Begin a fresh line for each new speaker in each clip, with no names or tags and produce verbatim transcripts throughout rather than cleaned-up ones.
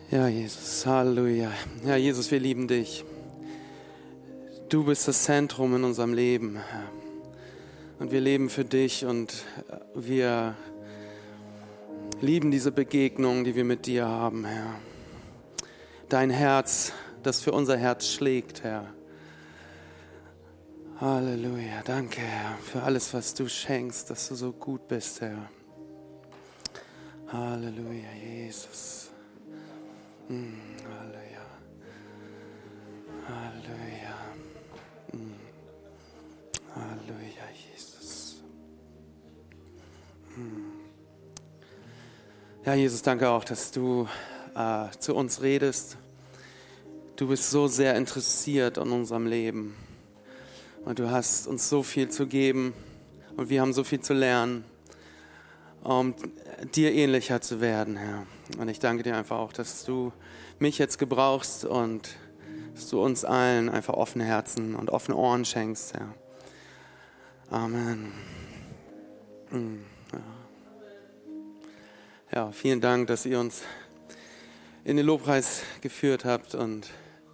Ja, Jesus, Halleluja. Ja, Jesus, wir lieben dich. Du bist das Zentrum in unserem Leben, Herr. Und wir leben für dich und wir lieben diese Begegnung, die wir mit dir haben, Herr. Dein Herz, das für unser Herz schlägt, Herr. Halleluja. Danke, Herr, für alles, was du schenkst, dass du so gut bist, Herr. Halleluja, Jesus. Hm, Halleluja. Halleluja. Hm. Halleluja, Jesus. Hm. Ja, Jesus, danke auch, dass du äh, zu uns redest. Du bist so sehr interessiert an unserem Leben. Und du hast uns so viel zu geben und wir haben so viel zu lernen, um dir ähnlicher zu werden, Herr. Und ich danke dir einfach auch, dass du mich jetzt gebrauchst und dass du uns allen einfach offene Herzen und offene Ohren schenkst, Herr. Amen. Ja. ja, vielen Dank, dass ihr uns in den Lobpreis geführt habt und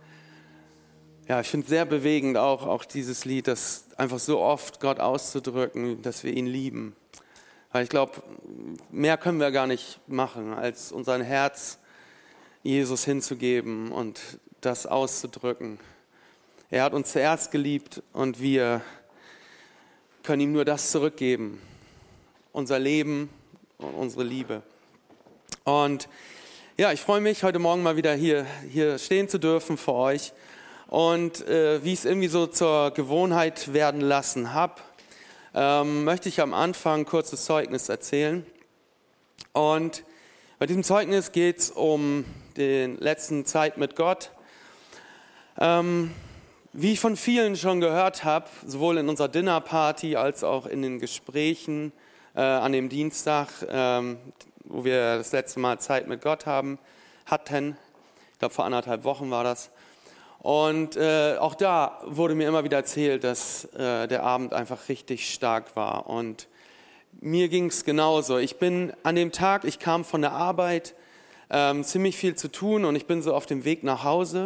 ja, ich finde es sehr bewegend auch, auch dieses Lied, das einfach so oft Gott auszudrücken, dass wir ihn lieben. Weil ich glaube, mehr können wir gar nicht machen, als unser Herz Jesus hinzugeben und das auszudrücken. Er hat uns zuerst geliebt und wir können ihm nur das zurückgeben. Unser Leben und unsere Liebe. Und ja, ich freue mich, heute Morgen mal wieder hier, hier stehen zu dürfen für euch. Und äh, wie ich es irgendwie so zur Gewohnheit werden lassen habe, ähm, möchte ich am Anfang ein kurzes Zeugnis erzählen. Und bei diesem Zeugnis geht es um die letzte Zeit mit Gott. Ähm, wie ich von vielen schon gehört habe, sowohl in unserer Dinnerparty als auch in den Gesprächen äh, an dem Dienstag, ähm, wo wir das letzte Mal Zeit mit Gott haben, hatten, ich glaube vor anderthalb Wochen war das. Und äh, auch da wurde mir immer wieder erzählt, dass äh, der Abend einfach richtig stark war. Und mir ging es genauso. Ich bin an dem Tag, ich kam von der Arbeit, ähm, ziemlich viel zu tun und ich bin so auf dem Weg nach Hause.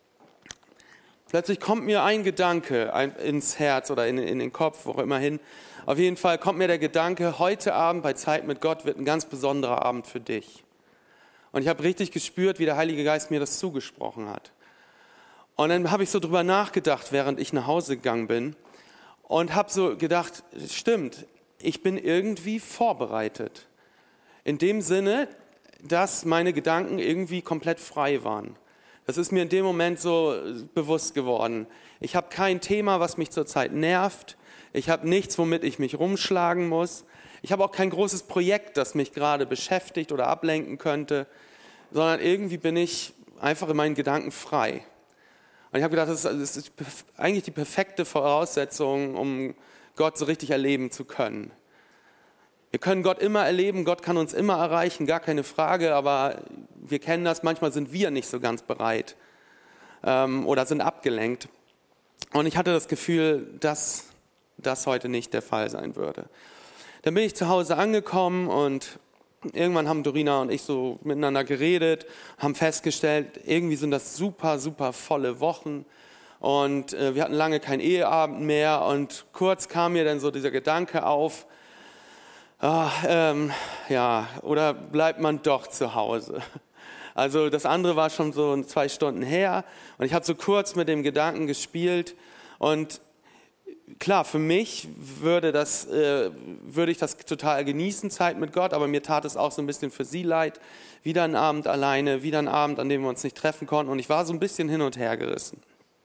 Plötzlich kommt mir ein Gedanke ein, ins Herz oder in, in den Kopf, wo auch immer hin. Auf jeden Fall kommt mir der Gedanke, heute Abend bei Zeit mit Gott wird ein ganz besonderer Abend für dich. Und ich habe richtig gespürt, wie der Heilige Geist mir das zugesprochen hat. Und dann habe ich so drüber nachgedacht, während ich nach Hause gegangen bin und habe so gedacht, stimmt, ich bin irgendwie vorbereitet. In dem Sinne, dass meine Gedanken irgendwie komplett frei waren. Das ist mir in dem Moment so bewusst geworden. Ich habe kein Thema, was mich zurzeit nervt. Ich habe nichts, womit ich mich rumschlagen muss. Ich habe auch kein großes Projekt, das mich gerade beschäftigt oder ablenken könnte, sondern irgendwie bin ich einfach in meinen Gedanken frei. Und ich habe gedacht, das ist, das ist eigentlich die perfekte Voraussetzung, um Gott so richtig erleben zu können. Wir können Gott immer erleben, Gott kann uns immer erreichen, gar keine Frage, aber wir kennen das, manchmal sind wir nicht so ganz bereit ähm, oder sind abgelenkt. Und ich hatte das Gefühl, dass das heute nicht der Fall sein würde. Dann bin ich zu Hause angekommen und irgendwann haben Dorina und ich so miteinander geredet, haben festgestellt, irgendwie sind das super, super volle Wochen und äh, wir hatten lange keinen Eheabend mehr und kurz kam mir dann so dieser Gedanke auf, ah, ähm, ja, oder bleibt man doch zu Hause? Also das andere war schon so zwei Stunden her und ich habe so kurz mit dem Gedanken gespielt und klar, für mich würde, das, äh, würde ich das total genießen, Zeit mit Gott, aber mir tat es auch so ein bisschen für sie leid. Wieder ein Abend alleine, wieder ein Abend, an dem wir uns nicht treffen konnten und ich war so ein bisschen hin und her gerissen.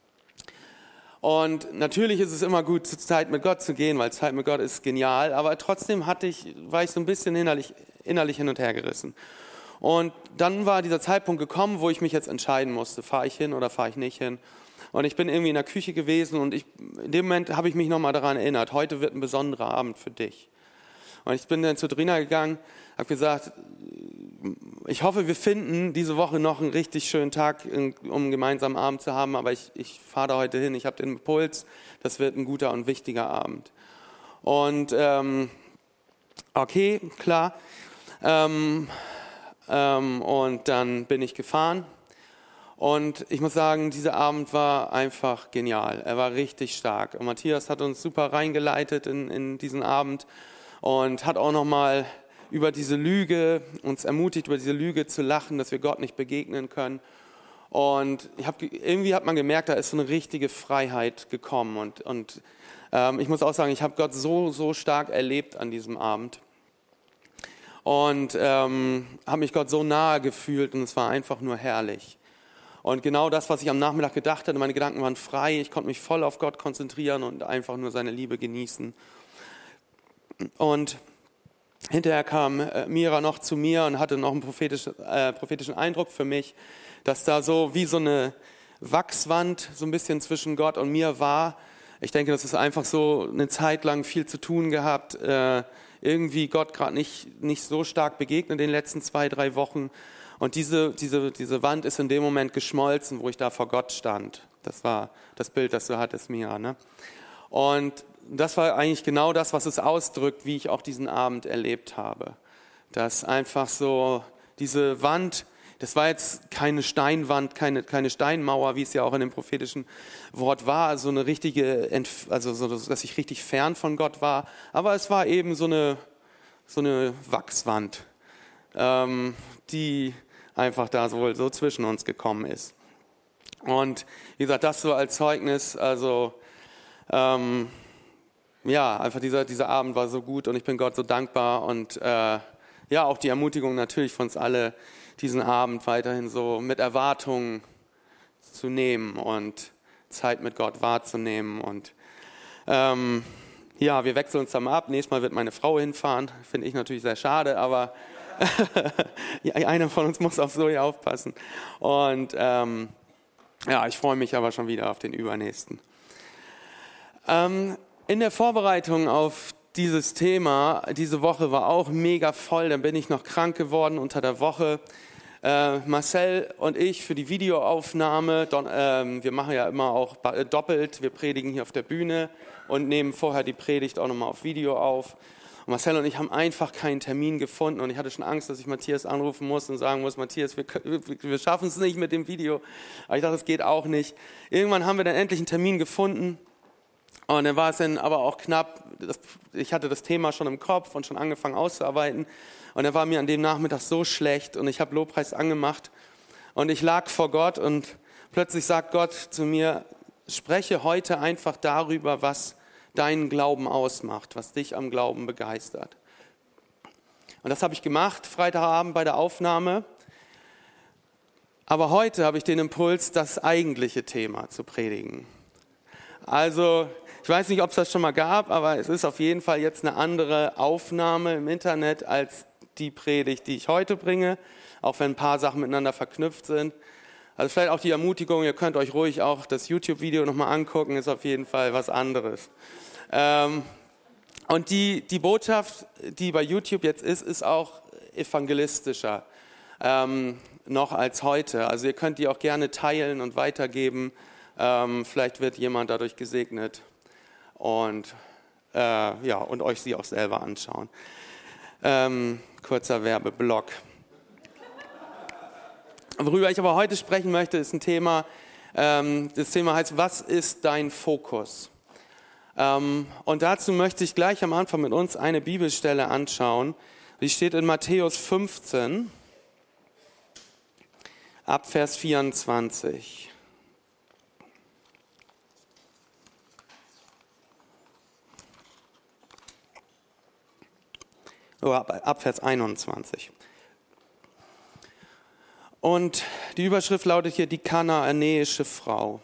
Und natürlich ist es immer gut, zur Zeit mit Gott zu gehen, weil Zeit mit Gott ist genial, aber trotzdem hatte ich, war ich so ein bisschen innerlich, innerlich hin und her gerissen. Und dann war dieser Zeitpunkt gekommen, wo ich mich jetzt entscheiden musste, fahre ich hin oder fahre ich nicht hin. Und ich bin irgendwie in der Küche gewesen und ich, in dem Moment habe ich mich nochmal daran erinnert, heute wird ein besonderer Abend für dich. Und ich bin dann zu Dorina gegangen, habe gesagt, ich hoffe, wir finden diese Woche noch einen richtig schönen Tag, um einen gemeinsamen Abend zu haben, aber ich, ich fahre da heute hin, ich habe den Impuls, das wird ein guter und wichtiger Abend. Und ähm, okay, klar, ähm, ähm, und dann bin ich gefahren. Und ich muss sagen, dieser Abend war einfach genial. Er war richtig stark. Und Matthias hat uns super reingeleitet in, in diesen Abend und hat auch nochmal über diese Lüge, uns ermutigt, über diese Lüge zu lachen, dass wir Gott nicht begegnen können. Und ich hab, irgendwie hat man gemerkt, da ist so eine richtige Freiheit gekommen. Und, und ähm, ich muss auch sagen, ich habe Gott so, so stark erlebt an diesem Abend. Und ähm, habe mich Gott so nahe gefühlt und es war einfach nur herrlich. Und genau das, was ich am Nachmittag gedacht hatte, meine Gedanken waren frei, ich konnte mich voll auf Gott konzentrieren und einfach nur seine Liebe genießen. Und hinterher kam äh, Mira noch zu mir und hatte noch einen prophetischen, äh, prophetischen Eindruck für mich, dass da so wie so eine Wachswand so ein bisschen zwischen Gott und mir war. Ich denke, das ist einfach so eine Zeit lang viel zu tun gehabt, äh, irgendwie Gott gerade nicht, nicht so stark begegnet in den letzten zwei, drei Wochen. Und diese, diese, diese Wand ist in dem Moment geschmolzen, wo ich da vor Gott stand. Das war das Bild, das du hattest, Mira, ne? Und das war eigentlich genau das, was es ausdrückt, wie ich auch diesen Abend erlebt habe. Dass einfach so diese Wand, das war jetzt keine Steinwand, keine, keine Steinmauer, wie es ja auch in dem prophetischen Wort war, so eine richtige, also so, dass ich richtig fern von Gott war. Aber es war eben so eine, so eine Wachswand, ähm, die einfach da so, so zwischen uns gekommen ist. Und wie gesagt, das so als Zeugnis, also ähm, ja, einfach dieser, dieser Abend war so gut und ich bin Gott so dankbar und äh, ja, auch die Ermutigung natürlich von uns alle, diesen Abend weiterhin so mit Erwartungen zu nehmen und Zeit mit Gott wahrzunehmen. Und ähm, ja, wir wechseln uns dann mal ab. Nächstes Mal wird meine Frau hinfahren. Finde ich natürlich sehr schade, aber einer von uns muss auf Zoe aufpassen. Und ähm, ja, ich freue mich aber schon wieder auf den übernächsten. Ähm, in der Vorbereitung auf dieses Thema, diese Woche war auch mega voll. Dann bin ich noch krank geworden unter der Woche. Äh, Marcel und ich für die Videoaufnahme, don, ähm, wir machen ja immer auch doppelt, wir predigen hier auf der Bühne und nehmen vorher die Predigt auch nochmal auf Video auf. Und Marcel und ich haben einfach keinen Termin gefunden und ich hatte schon Angst, dass ich Matthias anrufen muss und sagen muss, Matthias, wir, wir schaffen es nicht mit dem Video. Aber ich dachte, das geht auch nicht. Irgendwann haben wir dann endlich einen Termin gefunden und dann war es dann aber auch knapp. Das, ich hatte das Thema schon im Kopf und schon angefangen auszuarbeiten und dann war mir an dem Nachmittag so schlecht und ich habe Lobpreis angemacht und ich lag vor Gott und plötzlich sagt Gott zu mir, spreche heute einfach darüber, was deinen Glauben ausmacht, was dich am Glauben begeistert. Und das habe ich gemacht, Freitagabend bei der Aufnahme. Aber heute habe ich den Impuls, das eigentliche Thema zu predigen. Also, ich weiß nicht, ob es das schon mal gab, aber es ist auf jeden Fall jetzt eine andere Aufnahme im Internet als die Predigt, die ich heute bringe, auch wenn ein paar Sachen miteinander verknüpft sind. Also vielleicht auch die Ermutigung, ihr könnt euch ruhig auch das YouTube-Video nochmal angucken, ist auf jeden Fall was anderes. Ähm, und die, die Botschaft, die bei YouTube jetzt ist, ist auch evangelistischer ähm, noch als heute. Also ihr könnt die auch gerne teilen und weitergeben. Ähm, vielleicht wird jemand dadurch gesegnet und, äh, ja, und euch sie auch selber anschauen. Ähm, kurzer Werbeblock. Worüber ich aber heute sprechen möchte, ist ein Thema, ähm, das Thema heißt, was ist dein Fokus? Ähm, und dazu möchte ich gleich am Anfang mit uns eine Bibelstelle anschauen. Die steht in Matthäus fünfzehn, ab Vers vierundzwanzig. Oh, ab, ab Vers einundzwanzig. Und die Überschrift lautet hier, die kanaanäische Frau.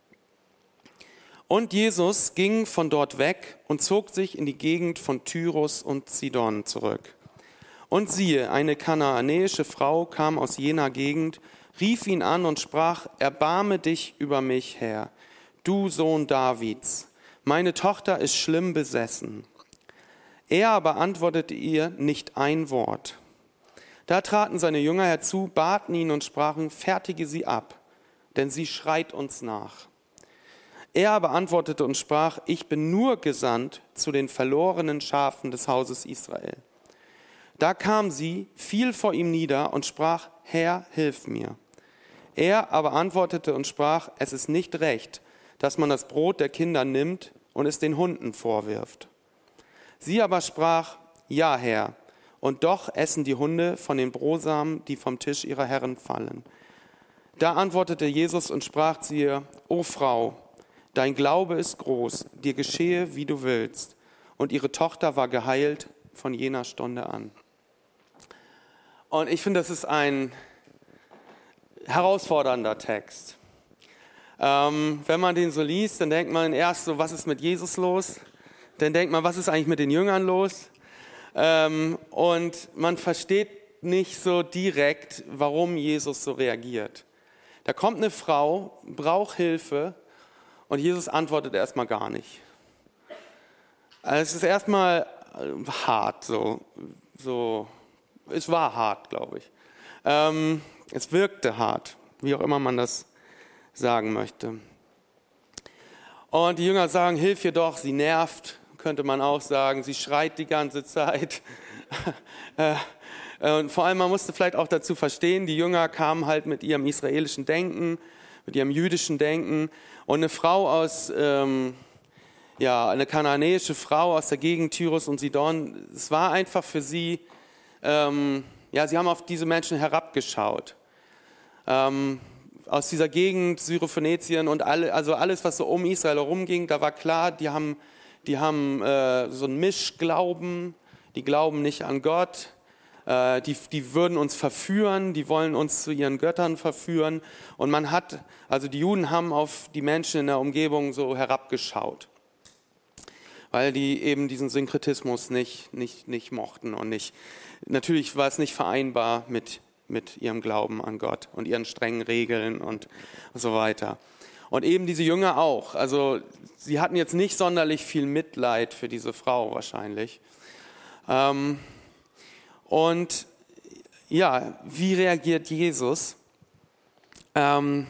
Und Jesus ging von dort weg und zog sich in die Gegend von Tyrus und Sidon zurück. Und siehe, eine kanaanäische Frau kam aus jener Gegend, rief ihn an und sprach, erbarme dich über mich, Herr, du Sohn Davids, meine Tochter ist schlimm besessen. Er aber antwortete ihr nicht ein Wort. Da traten seine Jünger herzu, baten ihn und sprachen, fertige sie ab, denn sie schreit uns nach. Er aber antwortete und sprach, ich bin nur gesandt zu den verlorenen Schafen des Hauses Israel. Da kam sie, fiel vor ihm nieder und sprach, Herr, hilf mir. Er aber antwortete und sprach, es ist nicht recht, dass man das Brot der Kinder nimmt und es den Hunden vorwirft. Sie aber sprach, ja, Herr, und doch essen die Hunde von den Brosamen, die vom Tisch ihrer Herren fallen. Da antwortete Jesus und sprach zu ihr, O Frau, dein Glaube ist groß, dir geschehe, wie du willst. Und ihre Tochter war geheilt von jener Stunde an. Und ich finde, das ist ein herausfordernder Text. Ähm, wenn man den so liest, dann denkt man erst so, was ist mit Jesus los? Dann denkt man, was ist eigentlich mit den Jüngern los? Ähm, und man versteht nicht so direkt, warum Jesus so reagiert. Da kommt eine Frau, braucht Hilfe und Jesus antwortet erstmal gar nicht. Also es ist erstmal hart, so, so, es war hart, glaube ich. Ähm, es wirkte hart, wie auch immer man das sagen möchte. Und die Jünger sagen, hilf ihr doch, sie nervt, könnte man auch sagen, sie schreit die ganze Zeit. Und vor allem, man musste vielleicht auch dazu verstehen, die Jünger kamen halt mit ihrem israelischen Denken, mit ihrem jüdischen Denken. Und eine Frau aus, ähm, ja, eine kananäische Frau aus der Gegend Tyrus und Sidon, es war einfach für sie, ähm, ja, sie haben auf diese Menschen herabgeschaut. Ähm, aus dieser Gegend, Syrophönizien und alle, also alles, was so um Israel herumging, da war klar, die haben, die haben äh, so einen Mischglauben, die glauben nicht an Gott, äh, die, die würden uns verführen, die wollen uns zu ihren Göttern verführen. Und man hat, also die Juden haben auf die Menschen in der Umgebung so herabgeschaut, weil die eben diesen Synkretismus nicht, nicht, nicht mochten und nicht, natürlich war es nicht vereinbar mit mit ihrem Glauben an Gott und ihren strengen Regeln und so weiter. Und eben diese Jünger auch. Also sie hatten jetzt nicht sonderlich viel Mitleid für diese Frau wahrscheinlich. Ähm, und ja, wie reagiert Jesus? Ähm,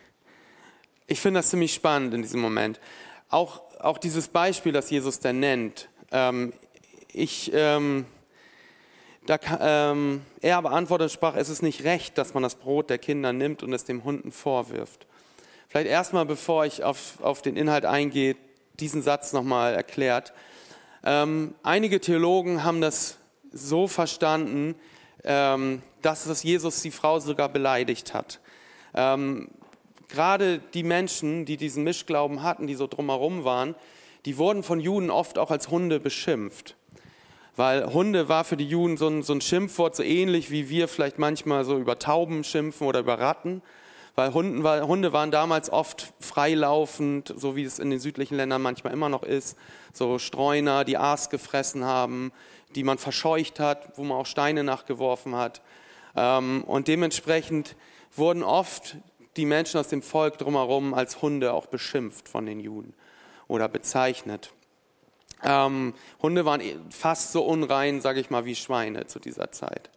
ich finde das ziemlich spannend in diesem Moment. Auch, auch dieses Beispiel, das Jesus da nennt. Ähm, ich... Ähm, Da, ähm, er aber antwortete und sprach, es ist nicht recht, dass man das Brot der Kinder nimmt und es dem Hunden vorwirft. Vielleicht erstmal, bevor ich auf, auf den Inhalt eingehe, diesen Satz nochmal erklärt. Ähm, einige Theologen haben das so verstanden, ähm, dass das Jesus die Frau sogar beleidigt hat. Ähm, gerade die Menschen, die diesen Mischglauben hatten, die so drumherum waren, die wurden von Juden oft auch als Hunde beschimpft. Weil Hunde war für die Juden so ein, so ein Schimpfwort, so ähnlich wie wir vielleicht manchmal so über Tauben schimpfen oder über Ratten. Weil Hunden, weil Hunde waren damals oft freilaufend, so wie es in den südlichen Ländern manchmal immer noch ist. So Streuner, die Aas gefressen haben, die man verscheucht hat, wo man auch Steine nachgeworfen hat. Und dementsprechend wurden oft die Menschen aus dem Volk drumherum als Hunde auch beschimpft von den Juden oder bezeichnet. Ähm, Hunde waren fast so unrein, sage ich mal, wie Schweine zu dieser Zeit.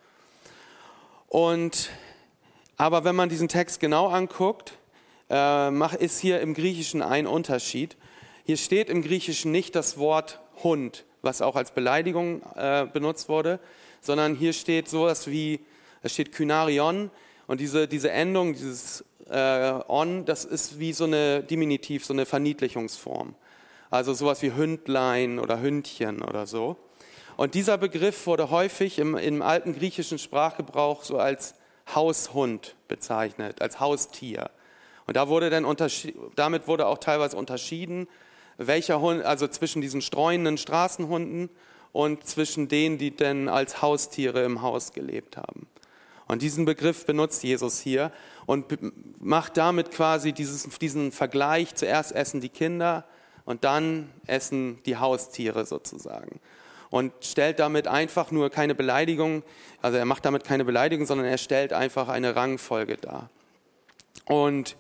Und, aber wenn man diesen Text genau anguckt, äh, ist hier im Griechischen ein Unterschied. Hier steht im Griechischen nicht das Wort Hund, was auch als Beleidigung äh, benutzt wurde, sondern hier steht sowas wie, es steht Kynarion und diese, diese Endung, dieses äh, on, das ist wie so eine Diminutiv, so eine Verniedlichungsform. Also sowas wie Hündlein oder Hündchen oder so. Und dieser Begriff wurde häufig im, im alten griechischen Sprachgebrauch so als Haushund bezeichnet, als Haustier. Und da wurde dann unterschied, damit wurde auch teilweise unterschieden, welcher Hund, also zwischen diesen streunenden Straßenhunden und zwischen denen, die denn als Haustiere im Haus gelebt haben. Und diesen Begriff benutzt Jesus hier und macht damit quasi dieses, diesen Vergleich, zuerst essen die Kinder, und dann essen die Haustiere sozusagen. Und stellt damit einfach nur keine Beleidigung, also er macht damit keine Beleidigung, sondern er stellt einfach eine Rangfolge dar. Und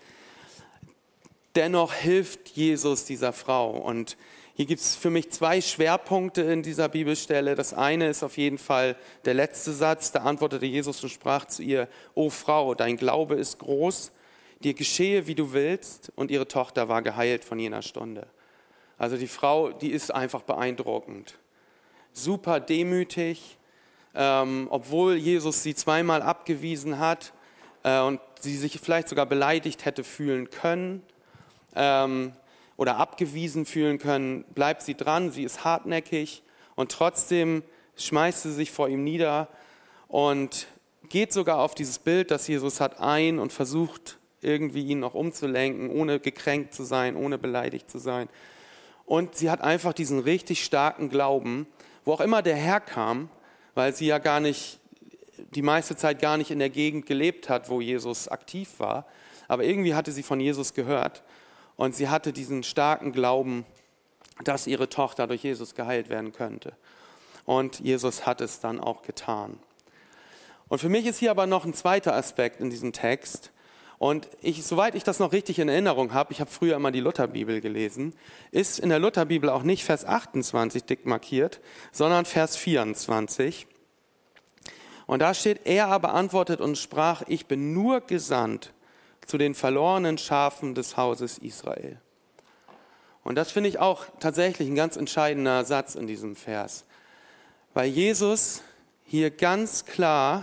dennoch hilft Jesus dieser Frau. Und hier gibt es für mich zwei Schwerpunkte in dieser Bibelstelle. Das eine ist auf jeden Fall der letzte Satz. Da antwortete Jesus und sprach zu ihr, O Frau, dein Glaube ist groß, dir geschehe, wie du willst. Und ihre Tochter war geheilt von jener Stunde. Also die Frau, die ist einfach beeindruckend. Super demütig, ähm, obwohl Jesus sie zweimal abgewiesen hat äh, und sie sich vielleicht sogar beleidigt hätte fühlen können ähm, oder abgewiesen fühlen können, bleibt sie dran, sie ist hartnäckig und trotzdem schmeißt sie sich vor ihm nieder und geht sogar auf dieses Bild, das Jesus hat, ein und versucht irgendwie ihn noch umzulenken, ohne gekränkt zu sein, ohne beleidigt zu sein. Und sie hat einfach diesen richtig starken Glauben, wo auch immer der herkam, weil sie ja gar nicht, die meiste Zeit gar nicht in der Gegend gelebt hat, wo Jesus aktiv war. Aber irgendwie hatte sie von Jesus gehört und sie hatte diesen starken Glauben, dass ihre Tochter durch Jesus geheilt werden könnte. Und Jesus hat es dann auch getan. Und für mich ist hier aber noch ein zweiter Aspekt in diesem Text. Und ich, soweit ich das noch richtig in Erinnerung habe, ich habe früher immer die Lutherbibel gelesen, ist in der Lutherbibel auch nicht Vers achtundzwanzig dick markiert, sondern Vers vierundzwanzig. Und da steht, er aber antwortet und sprach, ich bin nur gesandt zu den verlorenen Schafen des Hauses Israel. Und das finde ich auch tatsächlich ein ganz entscheidender Satz in diesem Vers, weil Jesus hier ganz klar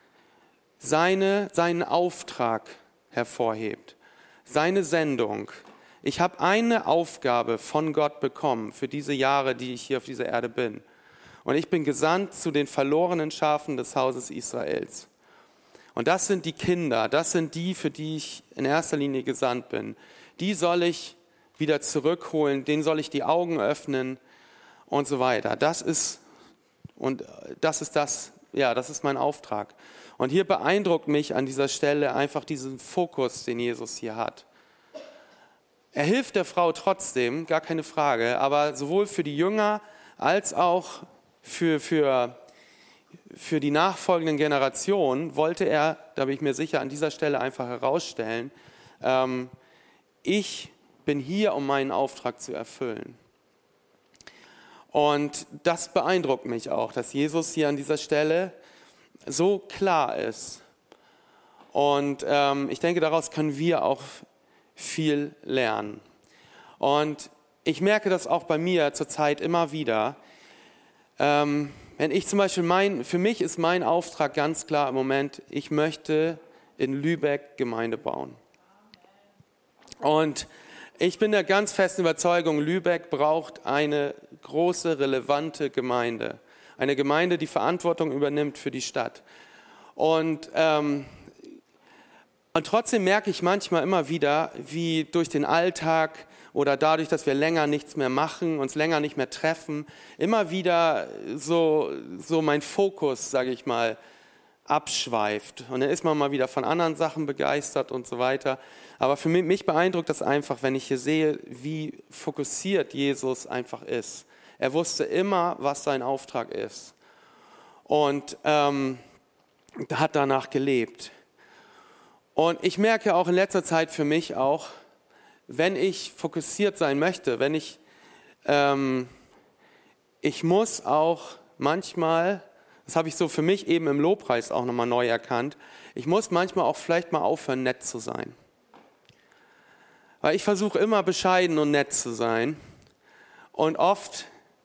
seine, seinen Auftrag hervorhebt, seine Sendung. Ich habe eine Aufgabe von Gott bekommen für diese Jahre, die ich hier auf dieser Erde bin. Und ich bin gesandt zu den verlorenen Schafen des Hauses Israels. Und das sind die Kinder, das sind die, für die ich in erster Linie gesandt bin. Die soll ich wieder zurückholen, denen soll ich die Augen öffnen und so weiter. Das ist, und das ist das, ja, das ist mein Auftrag. Und hier beeindruckt mich an dieser Stelle einfach diesen Fokus, den Jesus hier hat. Er hilft der Frau trotzdem, gar keine Frage, aber sowohl für die Jünger als auch für, für, für die nachfolgenden Generationen wollte er, da bin ich mir sicher, an dieser Stelle einfach herausstellen, ähm, ich bin hier, um meinen Auftrag zu erfüllen. Und das beeindruckt mich auch, dass Jesus hier an dieser Stelle so klar ist. Und ähm, ich denke, daraus können wir auch viel lernen. Und ich merke das auch bei mir zurzeit immer wieder. Ähm, wenn ich zum Beispiel, mein, für mich ist mein Auftrag ganz klar im Moment, ich möchte in Lübeck Gemeinde bauen. Und ich bin der ganz festen Überzeugung, Lübeck braucht eine große, relevante Gemeinde. Eine Gemeinde, die Verantwortung übernimmt für die Stadt. Und, ähm, und trotzdem merke ich manchmal immer wieder, wie durch den Alltag oder dadurch, dass wir länger nichts mehr machen, uns länger nicht mehr treffen, immer wieder so, so mein Fokus, sage ich mal, abschweift. Und dann ist man mal wieder von anderen Sachen begeistert und so weiter. Aber für mich, mich beeindruckt das einfach, wenn ich hier sehe, wie fokussiert Jesus einfach ist. Er wusste immer, was sein Auftrag ist und ähm, hat danach gelebt. Und ich merke auch in letzter Zeit für mich auch, wenn ich fokussiert sein möchte, wenn ich, ähm, ich muss auch manchmal, das habe ich so für mich eben im Lobpreis auch nochmal neu erkannt, ich muss manchmal auch vielleicht mal aufhören, nett zu sein. Weil ich versuche immer bescheiden und nett zu sein und oft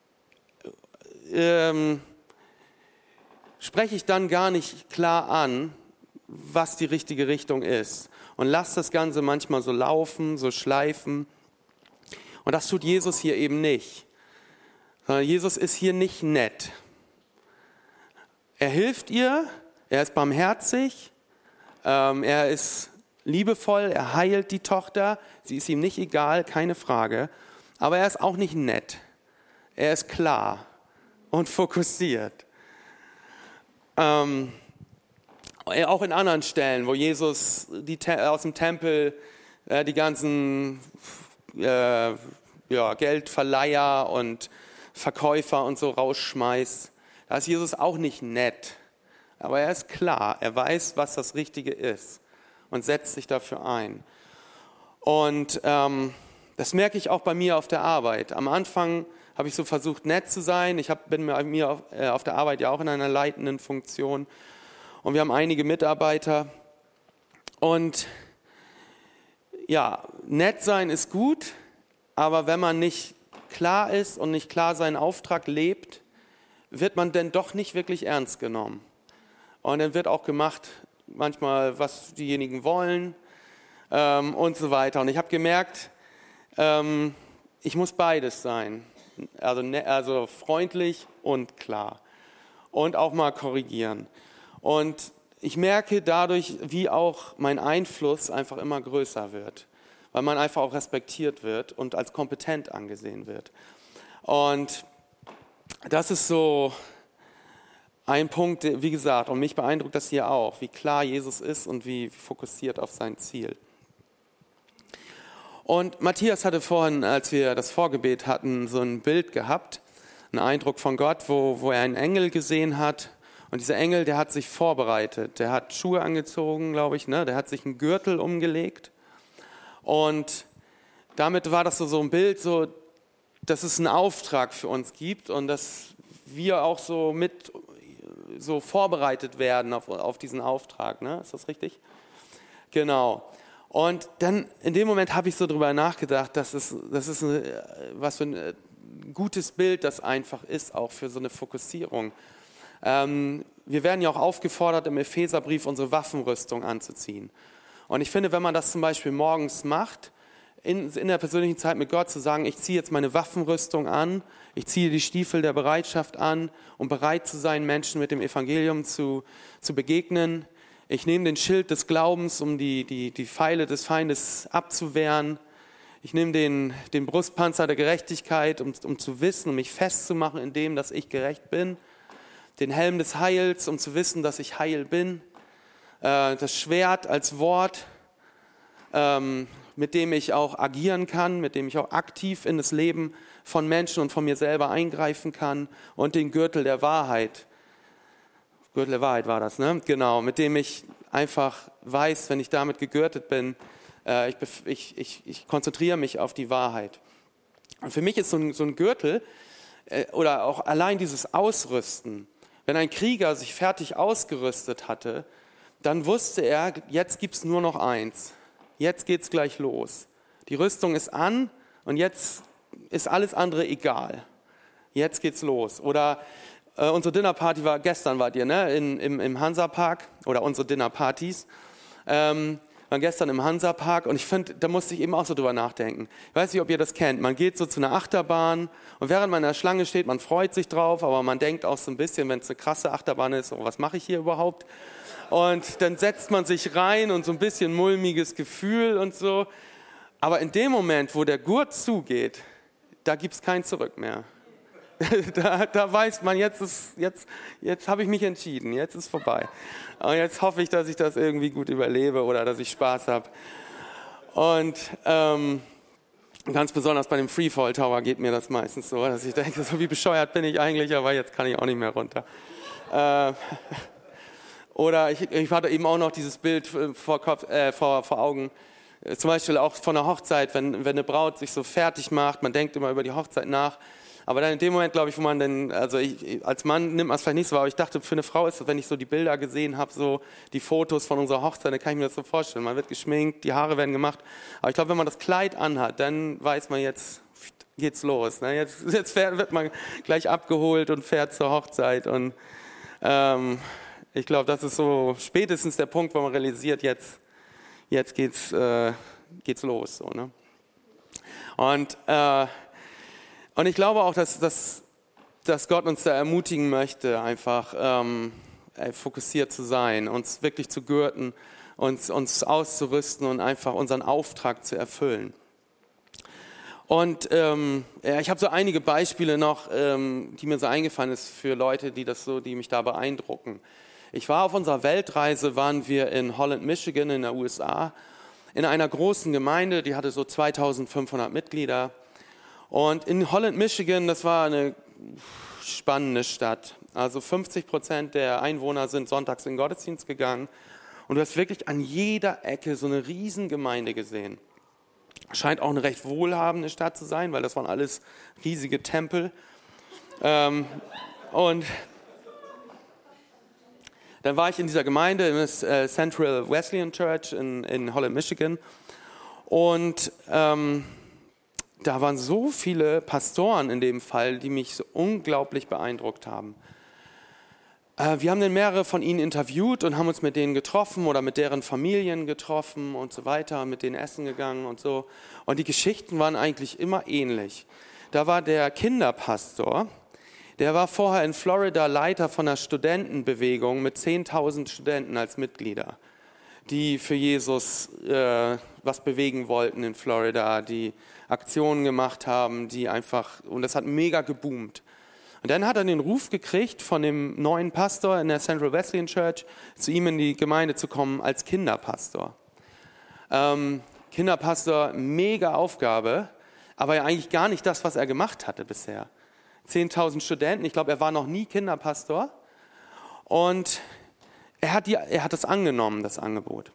Ähm, spreche ich dann gar nicht klar an, was die richtige Richtung ist. Und lasse das Ganze manchmal so laufen, so schleifen. Und das tut Jesus hier eben nicht. Sondern Jesus ist hier nicht nett. Er hilft ihr, er ist barmherzig, ähm, er ist liebevoll, er heilt die Tochter. Sie ist ihm nicht egal, keine Frage. Aber er ist auch nicht nett. Er ist klar und fokussiert. Ähm, auch in anderen Stellen, wo Jesus die, aus dem Tempel äh, die ganzen äh, ja, Geldverleiher und Verkäufer und so rausschmeißt, da ist Jesus auch nicht nett. Aber er ist klar, er weiß, was das Richtige ist und setzt sich dafür ein. Und ähm, das merke ich auch bei mir auf der Arbeit. Am Anfang habe ich so versucht, nett zu sein. Ich hab, bin bei mir auf, äh, auf der Arbeit ja auch in einer leitenden Funktion. Und wir haben einige Mitarbeiter. Und ja, nett sein ist gut, aber wenn man nicht klar ist und nicht klar seinen Auftrag lebt, wird man denn doch nicht wirklich ernst genommen. Und dann wird auch gemacht, manchmal, was diejenigen wollen ähm, und so weiter. Und ich habe gemerkt, ähm, ich muss beides sein. Also, ne, also freundlich und klar. Und auch mal korrigieren. Und ich merke dadurch, wie auch mein Einfluss einfach immer größer wird. Weil man einfach auch respektiert wird und als kompetent angesehen wird. Und das ist so ein Punkt, wie gesagt, und mich beeindruckt das hier auch, wie klar Jesus ist und wie fokussiert auf sein Ziel. Und Matthias hatte vorhin, als wir das Vorgebet hatten, so ein Bild gehabt, einen Eindruck von Gott, wo, wo er einen Engel gesehen hat. Und dieser Engel, der hat sich vorbereitet, der hat Schuhe angezogen, glaube ich, ne? Der hat sich einen Gürtel umgelegt. Und damit war das so, so ein Bild, so, dass es einen Auftrag für uns gibt und dass wir auch so mit so vorbereitet werden auf, auf diesen Auftrag. Ne? Ist das richtig? Genau. Und dann in dem Moment habe ich so drüber nachgedacht, dass es, das ist ein, was für ein gutes Bild das einfach ist, auch für so eine Fokussierung. Ähm, wir werden ja auch aufgefordert, im Epheserbrief unsere Waffenrüstung anzuziehen. Und ich finde, wenn man das zum Beispiel morgens macht, in, in der persönlichen Zeit mit Gott zu sagen, ich ziehe jetzt meine Waffenrüstung an, ich ziehe die Stiefel der Bereitschaft an, um bereit zu sein, Menschen mit dem Evangelium zu, zu begegnen. Ich nehme den Schild des Glaubens, um die, die, die Pfeile des Feindes abzuwehren. Ich nehme den, den Brustpanzer der Gerechtigkeit, um, um zu wissen, um mich festzumachen in dem, dass ich gerecht bin. Den Helm des Heils, um zu wissen, dass ich heil bin. Äh, das Schwert als Wort, ähm, mit dem ich auch agieren kann, mit dem ich auch aktiv in das Leben von Menschen und von mir selber eingreifen kann. Und den Gürtel der Wahrheit. Gürtel der Wahrheit war das, ne? Genau, mit dem ich einfach weiß, wenn ich damit gegürtet bin, äh, ich, ich, ich, ich konzentriere mich auf die Wahrheit. Und für mich ist so ein, so ein Gürtel äh, oder auch allein dieses Ausrüsten, wenn ein Krieger sich fertig ausgerüstet hatte, dann wusste er, jetzt gibt es nur noch eins. Jetzt geht's gleich los. Die Rüstung ist an und jetzt ist alles andere egal. Jetzt geht's los. Oder äh, unsere Dinnerparty war, gestern wart ihr, ne, in, im, im Hansapark, oder unsere Dinnerpartys, ähm, waren gestern im Hansapark und ich finde, da musste ich eben auch so drüber nachdenken. Ich weiß nicht, ob ihr das kennt. Man geht so zu einer Achterbahn und während man in der Schlange steht, man freut sich drauf, aber man denkt auch so ein bisschen, wenn es eine krasse Achterbahn ist, oh, was mache ich hier überhaupt? Und dann setzt man sich rein und so ein bisschen mulmiges Gefühl und so. Aber in dem Moment, wo der Gurt zugeht, da gibt es kein Zurück mehr. Da, da weiß man, jetzt, ist, jetzt, jetzt habe ich mich entschieden, jetzt ist vorbei. Und jetzt hoffe ich, dass ich das irgendwie gut überlebe oder dass ich Spaß habe. Und ähm, ganz besonders bei dem Freefall Tower geht mir das meistens so, dass ich denke, so wie bescheuert bin ich eigentlich, aber jetzt kann ich auch nicht mehr runter. Äh, Oder ich, ich hatte eben auch noch dieses Bild vor, Kopf, äh, vor, vor Augen, zum Beispiel auch von einer Hochzeit, wenn, wenn eine Braut sich so fertig macht, man denkt immer über die Hochzeit nach, aber dann in dem Moment, glaube ich, wo man dann, also ich, als Mann nimmt man es vielleicht nicht so, aber ich dachte, für eine Frau ist das, wenn ich so die Bilder gesehen habe, so die Fotos von unserer Hochzeit, dann kann ich mir das so vorstellen, man wird geschminkt, die Haare werden gemacht, aber ich glaube, wenn man das Kleid anhat, dann weiß man, jetzt geht's los, ne? jetzt, jetzt fährt, wird man gleich abgeholt und fährt zur Hochzeit und ähm, ich glaube, das ist so spätestens der Punkt, wo man realisiert, jetzt, jetzt geht's, äh, geht's los. So, ne? Und, äh, und ich glaube auch, dass, dass, dass Gott uns da ermutigen möchte, einfach ähm, fokussiert zu sein, uns wirklich zu gürten, uns, uns auszurüsten und einfach unseren Auftrag zu erfüllen. Und ähm, ja, ich habe so einige Beispiele noch, ähm, die mir so eingefallen ist für Leute, die das so, die mich da beeindrucken. Ich war auf unserer Weltreise, waren wir in Holland, Michigan in der U S A, in einer großen Gemeinde, die hatte so zweitausendfünfhundert Mitglieder. Und in Holland, Michigan, das war eine spannende Stadt. Also fünfzig Prozent der Einwohner sind sonntags in den Gottesdienst gegangen. Und du hast wirklich an jeder Ecke so eine riesen Gemeinde gesehen. Scheint auch eine recht wohlhabende Stadt zu sein, weil das waren alles riesige Tempel. Ähm, und dann war ich in dieser Gemeinde, in der Central Wesleyan Church in, in Holland, Michigan. Und ähm, da waren so viele Pastoren in dem Fall, die mich so unglaublich beeindruckt haben. Äh, wir haben dann mehrere von ihnen interviewt und haben uns mit denen getroffen oder mit deren Familien getroffen und so weiter, mit denen essen gegangen und so. Und die Geschichten waren eigentlich immer ähnlich. Da war der Kinderpastor, der war vorher in Florida Leiter von einer Studentenbewegung mit zehntausend Studenten als Mitglieder, die für Jesus äh, was bewegen wollten in Florida, die Aktionen gemacht haben, die einfach, und das hat mega geboomt. Und dann hat er den Ruf gekriegt von dem neuen Pastor in der Central Wesleyan Church, zu ihm in die Gemeinde zu kommen als Kinderpastor. Ähm, Kinderpastor, mega Aufgabe, aber ja eigentlich gar nicht das, was er gemacht hatte bisher. zehntausend Studenten, ich glaube, er war noch nie Kinderpastor. Und er hat, die, er hat das angenommen, das Angebot.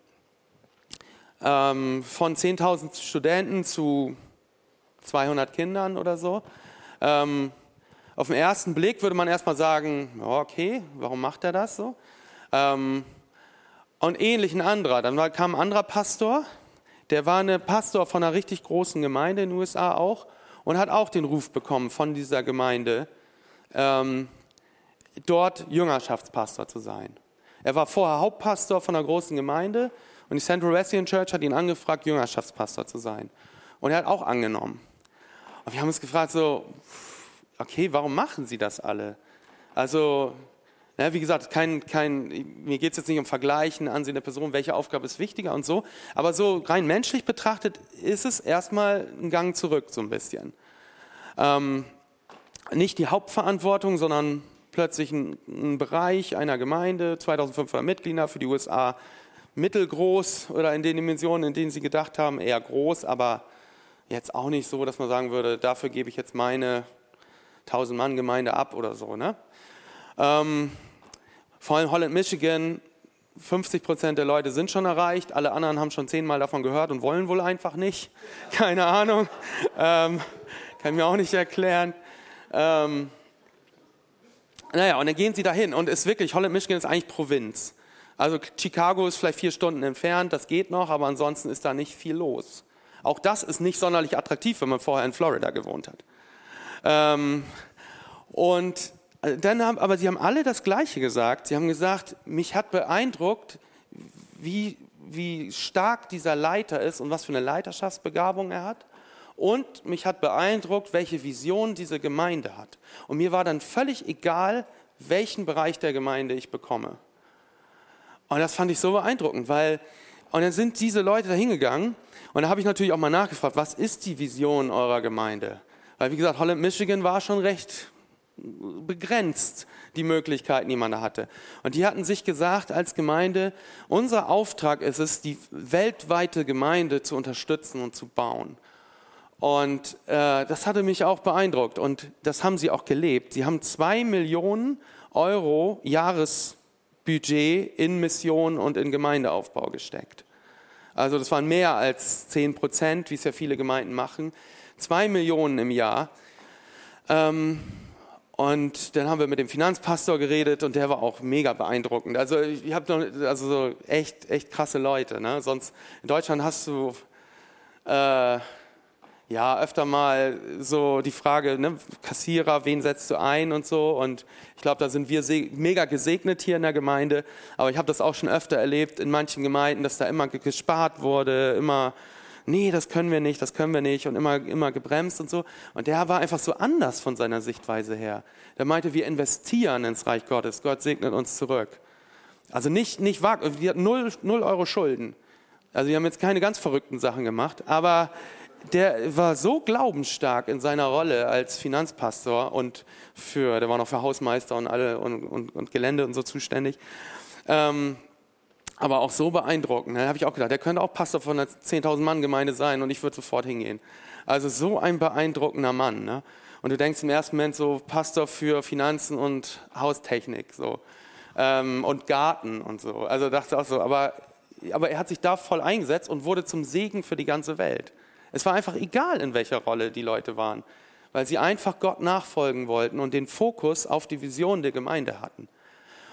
Ähm, von zehntausend Studenten zu zweihundert Kindern oder so. Ähm, auf den ersten Blick würde man erstmal sagen, okay, warum macht er das so? Ähm, und ähnlich ein anderer. Dann war, kam ein anderer Pastor, der war ein Pastor von einer richtig großen Gemeinde in den U S A auch und hat auch den Ruf bekommen von dieser Gemeinde, ähm, dort Jüngerschaftspastor zu sein. Er war vorher Hauptpastor von einer großen Gemeinde und die Central Wesleyan Church hat ihn angefragt, Jüngerschaftspastor zu sein. Und er hat auch angenommen. Und wir haben uns gefragt, so, okay, warum machen Sie das alle? Also, na, wie gesagt, kein, kein, mir geht es jetzt nicht um Vergleichen, Ansehen der Person, welche Aufgabe ist wichtiger und so. Aber so rein menschlich betrachtet ist es erstmal ein Gang zurück, so ein bisschen. Ähm, nicht die Hauptverantwortung, sondern plötzlich ein, ein Bereich einer Gemeinde, zweitausendfünfhundert Mitglieder für die U S A, mittelgroß oder in den Dimensionen, in denen sie gedacht haben, eher groß, aber jetzt auch nicht so, dass man sagen würde, dafür gebe ich jetzt meine tausend-Mann-Gemeinde ab oder so. Ne? Ähm, vor allem Holland, Michigan, fünfzig Prozent der Leute sind schon erreicht, alle anderen haben schon zehnmal davon gehört und wollen wohl einfach nicht. Keine Ahnung, ähm, kann ich mir auch nicht erklären. Ähm, naja, und dann gehen sie dahin und ist wirklich, Holland, Michigan ist eigentlich Provinz. Also Chicago ist vielleicht vier Stunden entfernt, das geht noch, aber ansonsten ist da nicht viel los. Auch das ist nicht sonderlich attraktiv, wenn man vorher in Florida gewohnt hat. Ähm, und dann haben, aber sie haben alle das Gleiche gesagt. Sie haben gesagt, mich hat beeindruckt, wie, wie stark dieser Leiter ist und was für eine Leiterschaftsbegabung er hat. Und mich hat beeindruckt, welche Vision diese Gemeinde hat. Und mir war dann völlig egal, welchen Bereich der Gemeinde ich bekomme. Und das fand ich so beeindruckend, weil, und dann sind diese Leute da hingegangen und da habe ich natürlich auch mal nachgefragt, was ist die Vision eurer Gemeinde? Weil wie gesagt, Holland, Michigan war schon recht begrenzt, die Möglichkeiten, die man da hatte. Und die hatten sich gesagt als Gemeinde, unser Auftrag ist es, die weltweite Gemeinde zu unterstützen und zu bauen. Und äh, das hatte mich auch beeindruckt und das haben sie auch gelebt. Sie haben zwei Millionen Euro Jahresbudget in Mission und in Gemeindeaufbau gesteckt. Also das waren mehr als zehn Prozent, wie es ja viele Gemeinden machen. Zwei Millionen im Jahr. Ähm, und dann haben wir mit dem Finanzpastor geredet und der war auch mega beeindruckend. Also ich habe noch, also so echt, echt krasse Leute. Ne? Sonst in Deutschland hast du äh, ja öfter mal so die Frage, ne, Kassierer, wen setzt du ein und so. Und ich glaube, da sind wir mega gesegnet hier in der Gemeinde. Aber ich habe das auch schon öfter erlebt in manchen Gemeinden, dass da immer gespart wurde, immer nee, das können wir nicht, das können wir nicht und immer, immer gebremst und so. Und der war einfach so anders von seiner Sichtweise her. Der meinte, wir investieren ins Reich Gottes, Gott segnet uns zurück. Also nicht, nicht wagt, wir hatten null, null Euro Schulden. Also wir haben jetzt keine ganz verrückten Sachen gemacht, aber der war so glaubensstark in seiner Rolle als Finanzpastor und für, der war noch für Hausmeister und alle und, und, und Gelände und so zuständig. Ähm, Aber auch so beeindruckend. Da habe ich auch gedacht, der könnte auch Pastor von einer zehntausend-Mann-Gemeinde sein und ich würde sofort hingehen. Also so ein beeindruckender Mann. Ne? Und du denkst im ersten Moment so, Pastor für Finanzen und Haustechnik so ähm, und Garten und so. Also dachte auch so, aber, aber er hat sich da voll eingesetzt und wurde zum Segen für die ganze Welt. Es war einfach egal, in welcher Rolle die Leute waren, weil sie einfach Gott nachfolgen wollten und den Fokus auf die Vision der Gemeinde hatten.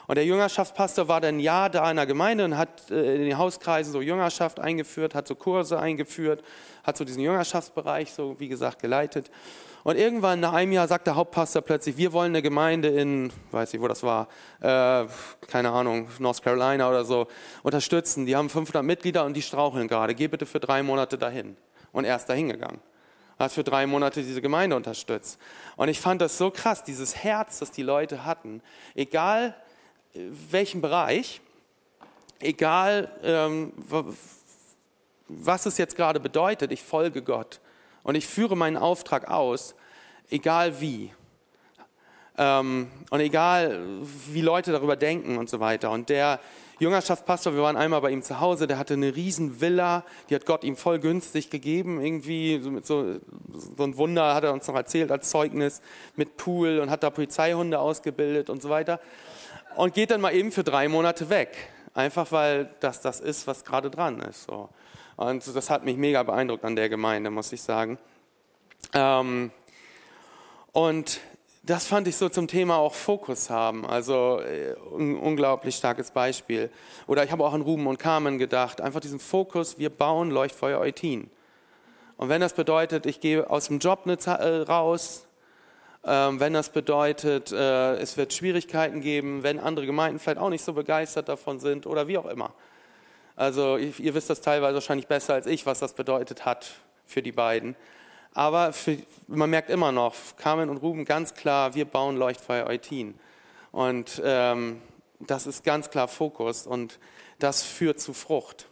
Und der Jüngerschaftspastor war dann ein Jahr da in der Gemeinde und hat in den Hauskreisen so Jüngerschaft eingeführt, hat so Kurse eingeführt, hat so diesen Jüngerschaftsbereich so, wie gesagt, geleitet. Und irgendwann nach einem Jahr sagt der Hauptpastor plötzlich, wir wollen eine Gemeinde in, weiß nicht, wo das war, äh, keine Ahnung, North Carolina oder so, unterstützen. Die haben fünfhundert Mitglieder und die straucheln gerade. Geh bitte für drei Monate dahin. Und er ist dahin gegangen. Hat für drei Monate diese Gemeinde unterstützt. Und ich fand das so krass, dieses Herz, das die Leute hatten, egal welchen Bereich, egal ähm, was es jetzt gerade bedeutet, ich folge Gott und ich führe meinen Auftrag aus, egal wie. Ähm, und egal, wie Leute darüber denken und so weiter. Und der Jüngerschaftspastor, wir waren einmal bei ihm zu Hause, der hatte eine riesen Villa, die hat Gott ihm voll günstig gegeben, irgendwie so, mit so, so ein Wunder hat er uns noch erzählt als Zeugnis, mit Pool und hat da Polizeihunde ausgebildet und so weiter. Und geht dann mal eben für drei Monate weg. Einfach weil das das ist, was gerade dran ist. So. Und das hat mich mega beeindruckt an der Gemeinde, muss ich sagen. Ähm, und das fand ich so zum Thema auch Fokus haben. Also äh, un- unglaublich starkes Beispiel. Oder ich habe auch an Ruben und Carmen gedacht. Einfach diesen Fokus, wir bauen Leuchtfeuer Eutin. Und wenn das bedeutet, ich gehe aus dem Job eine Zeit, äh, raus, Ähm, wenn das bedeutet, äh, es wird Schwierigkeiten geben, wenn andere Gemeinden vielleicht auch nicht so begeistert davon sind oder wie auch immer. Also ihr, ihr wisst das teilweise wahrscheinlich besser als ich, was das bedeutet hat für die beiden. Aber für, man merkt immer noch, Carmen und Ruben ganz klar, wir bauen Leuchtfeuer Eutin. Und ähm, das ist ganz klar Fokus und das führt zu Frucht.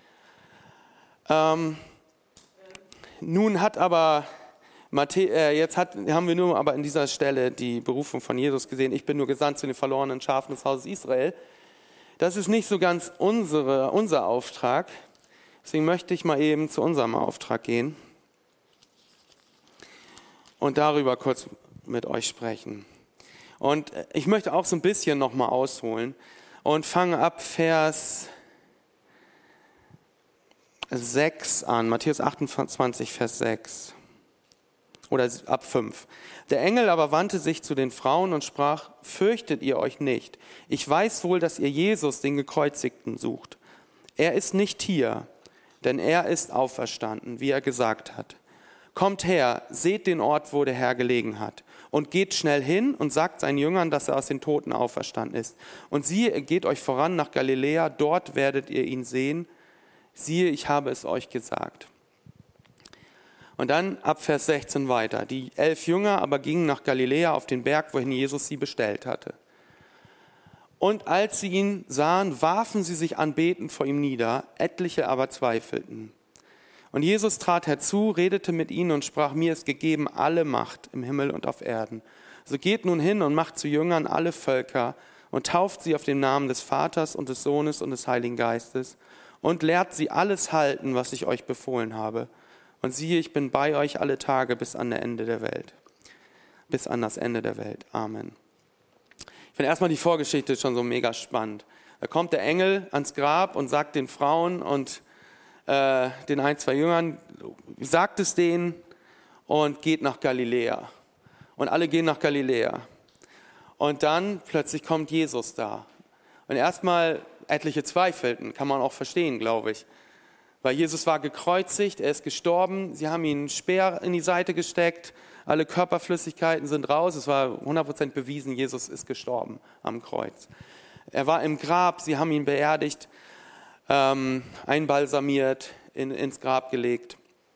Ähm, nun hat aber... Matthä- äh, jetzt hat, haben wir nur aber an dieser Stelle die Berufung von Jesus gesehen. Ich bin nur gesandt zu den verlorenen Schafen des Hauses Israel. Das ist nicht so ganz unsere, unser Auftrag. Deswegen möchte ich mal eben zu unserem Auftrag gehen und darüber kurz mit euch sprechen. Und ich möchte auch so ein bisschen nochmal ausholen und fange ab Vers sechs an, Matthäus achtundzwanzig, Vers sechs. Oder ab fünf. Der Engel aber wandte sich zu den Frauen und sprach, fürchtet ihr euch nicht. Ich weiß wohl, dass ihr Jesus, den Gekreuzigten, sucht. Er ist nicht hier, denn er ist auferstanden, wie er gesagt hat. Kommt her, seht den Ort, wo der Herr gelegen hat. Und geht schnell hin und sagt seinen Jüngern, dass er aus den Toten auferstanden ist. Und siehe, er geht euch voran nach Galiläa, dort werdet ihr ihn sehen. Siehe, ich habe es euch gesagt. Und dann ab Vers sechzehn weiter. Die elf Jünger aber gingen nach Galiläa auf den Berg, wohin Jesus sie bestellt hatte. Und als sie ihn sahen, warfen sie sich anbetend vor ihm nieder, etliche aber zweifelten. Und Jesus trat herzu, redete mit ihnen und sprach, mir ist gegeben alle Macht im Himmel und auf Erden. So geht nun hin und macht zu Jüngern alle Völker und tauft sie auf den Namen des Vaters und des Sohnes und des Heiligen Geistes und lehrt sie alles halten, was ich euch befohlen habe. Und siehe, ich bin bei euch alle Tage bis an das Ende der Welt. Bis an das Ende der Welt. Amen. Ich finde erstmal die Vorgeschichte schon so mega spannend. Da kommt der Engel ans Grab und sagt den Frauen und äh, den ein, zwei Jüngern, sagt es denen und geht nach Galiläa. Und alle gehen nach Galiläa. Und dann plötzlich kommt Jesus da. Und erstmal etliche zweifelten, kann man auch verstehen, glaube ich. Weil Jesus war gekreuzigt, er ist gestorben, sie haben ihn einen Speer in die Seite gesteckt, alle Körperflüssigkeiten sind raus, es war hundert Prozent bewiesen, Jesus ist gestorben am Kreuz. Er war im Grab, sie haben ihn beerdigt, ähm, einbalsamiert, in, ins Grab gelegt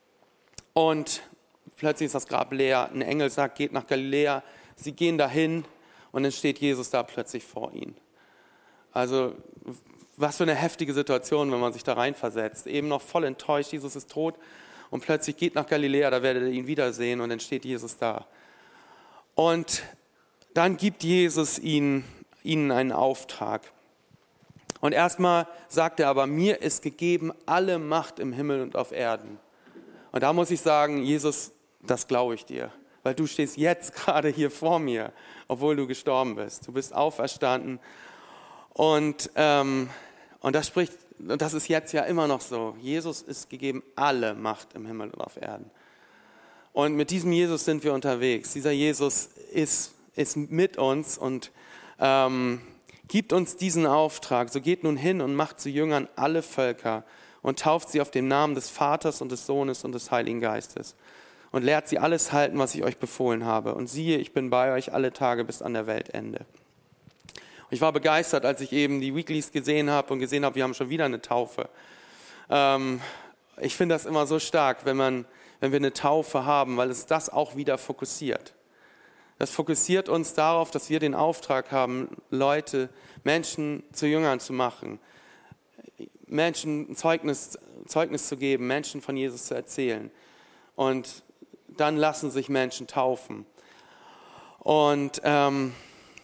und plötzlich ist das Grab leer, ein Engel sagt, geht nach Galiläa, sie gehen dahin und dann steht Jesus da plötzlich vor ihnen. Also was für eine heftige Situation, wenn man sich da reinversetzt. Eben noch voll enttäuscht, Jesus ist tot und plötzlich geht nach Galiläa, da werdet ihr ihn wiedersehen und dann steht Jesus da. Und dann gibt Jesus ihnen, ihnen einen Auftrag. Und erstmal sagt er aber, mir ist gegeben alle Macht im Himmel und auf Erden. Und da muss ich sagen, Jesus, das glaube ich dir, weil du stehst jetzt gerade hier vor mir, obwohl du gestorben bist. Du bist auferstanden. Und, ähm, und das spricht, und das ist jetzt ja immer noch so. Jesus ist gegeben alle Macht im Himmel und auf Erden. Und mit diesem Jesus sind wir unterwegs. Dieser Jesus ist, ist mit uns und ähm, Gibt uns diesen Auftrag, so geht nun hin und macht zu Jüngern alle Völker und tauft sie auf den Namen des Vaters und des Sohnes und des Heiligen Geistes und lehrt sie alles halten, was ich euch befohlen habe. Und siehe, ich bin bei euch alle Tage bis an der Weltende. Und ich war begeistert, als ich eben die Weeklies gesehen habe und gesehen habe, wir haben schon wieder eine Taufe. Ähm, ich finde das immer so stark, wenn, man, wenn wir eine Taufe haben, weil es das auch wieder fokussiert. Das fokussiert uns darauf, dass wir den Auftrag haben, Leute, Menschen zu Jüngern zu machen, Menschen ein Zeugnis, Zeugnis zu geben, Menschen von Jesus zu erzählen. Und dann lassen sich Menschen taufen. Und ähm,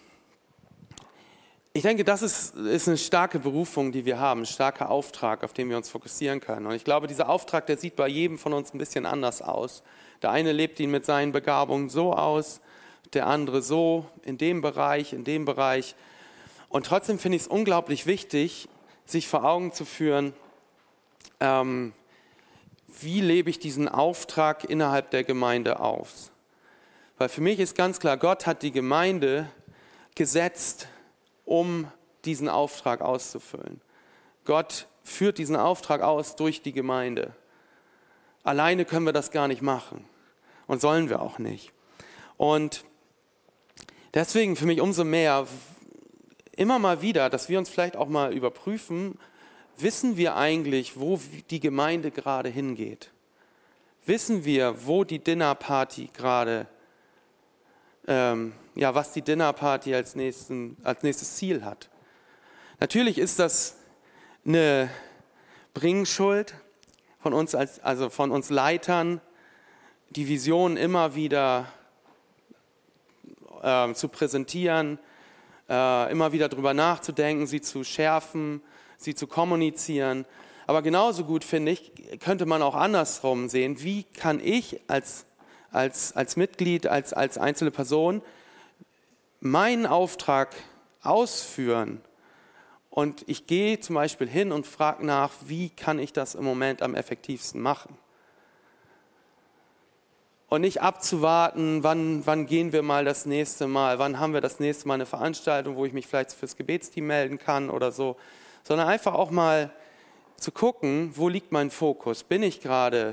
ich denke, das ist, ist eine starke Berufung, die wir haben, ein starker Auftrag, auf den wir uns fokussieren können. Und ich glaube, dieser Auftrag, der sieht bei jedem von uns ein bisschen anders aus. Der eine lebt ihn mit seinen Begabungen so aus, der andere so, in dem Bereich, in dem Bereich. Und trotzdem finde ich es unglaublich wichtig, sich vor Augen zu führen, ähm, wie lebe ich diesen Auftrag innerhalb der Gemeinde aus? Weil für mich ist ganz klar, Gott hat die Gemeinde gesetzt, um diesen Auftrag auszufüllen. Gott führt diesen Auftrag aus durch die Gemeinde. Alleine können wir das gar nicht machen und sollen wir auch nicht. Und deswegen für mich umso mehr, immer mal wieder, dass wir uns vielleicht auch mal überprüfen, wissen wir eigentlich, wo die Gemeinde gerade hingeht? Wissen wir, wo die Dinnerparty gerade, ähm, ja, was die Dinnerparty als, nächsten, als nächstes Ziel hat? Natürlich ist das eine Bringschuld von uns, als, also von uns Leitern, die Vision immer wieder äh, zu präsentieren, äh, immer wieder drüber nachzudenken, sie zu schärfen, sie zu kommunizieren. Aber genauso gut, finde ich, könnte man auch andersrum sehen. Wie kann ich als, als, als Mitglied, als, als einzelne Person meinen Auftrag ausführen? Und ich gehe zum Beispiel hin und frage nach, wie kann ich das im Moment am effektivsten machen? Und nicht abzuwarten, wann, wann gehen wir mal das nächste Mal, wann haben wir das nächste Mal eine Veranstaltung, wo ich mich vielleicht fürs Gebetsteam melden kann oder so, sondern einfach auch mal zu gucken, wo liegt mein Fokus? Bin ich gerade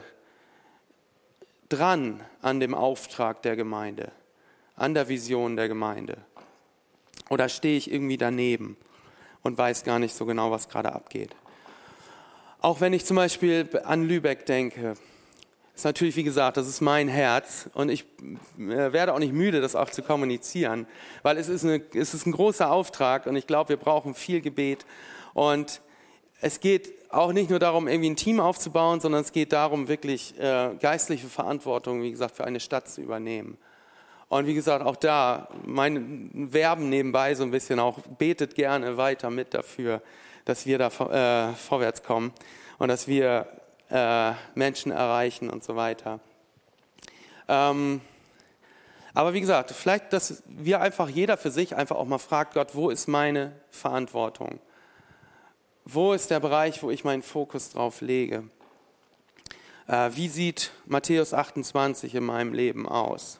dran an dem Auftrag der Gemeinde, an der Vision der Gemeinde? Oder stehe ich irgendwie daneben und weiß gar nicht so genau, was gerade abgeht? Auch wenn ich zum Beispiel an Lübeck denke, ist natürlich, wie gesagt, das ist mein Herz und ich werde auch nicht müde, das auch zu kommunizieren, weil es ist, eine, es ist ein großer Auftrag und ich glaube, wir brauchen viel Gebet. Und es geht auch nicht nur darum, irgendwie ein Team aufzubauen, sondern es geht darum, wirklich äh, geistliche Verantwortung, wie gesagt, für eine Stadt zu übernehmen. Und wie gesagt, auch da, mein Werben nebenbei so ein bisschen auch, betet gerne weiter mit dafür, dass wir da äh, vorwärts kommen und dass wir äh, Menschen erreichen und so weiter. Ähm, aber wie gesagt, vielleicht, dass wir einfach, jeder für sich einfach auch mal fragt, Gott, wo ist meine Verantwortung? Wo ist der Bereich, wo ich meinen Fokus drauf lege? Äh, wie sieht Matthäus achtundzwanzig in meinem Leben aus?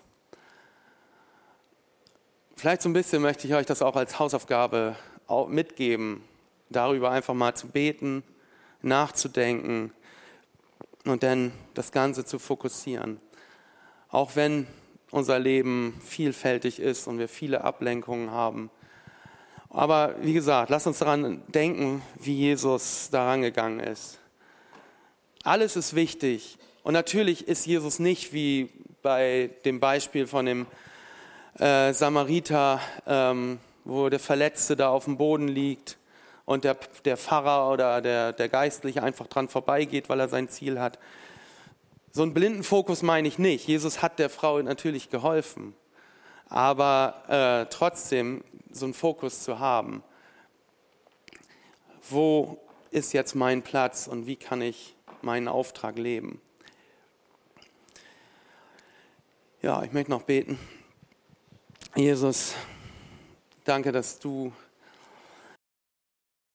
Vielleicht so ein bisschen möchte ich euch das auch als Hausaufgabe mitgeben, darüber einfach mal zu beten, nachzudenken und dann das Ganze zu fokussieren. Auch wenn unser Leben vielfältig ist und wir viele Ablenkungen haben. Aber wie gesagt, lasst uns daran denken, wie Jesus daran gegangen ist. Alles ist wichtig. Und natürlich ist Jesus nicht wie bei dem Beispiel von dem äh, Samariter, ähm, wo der Verletzte da auf dem Boden liegt und der, der Pfarrer oder der, der Geistliche einfach dran vorbeigeht, weil er sein Ziel hat. So einen blinden Fokus meine ich nicht. Jesus hat der Frau natürlich geholfen. Aber äh, trotzdem so einen Fokus zu haben. Wo ist jetzt mein Platz und wie kann ich meinen Auftrag leben? Ja, ich möchte noch beten. Jesus, danke, dass du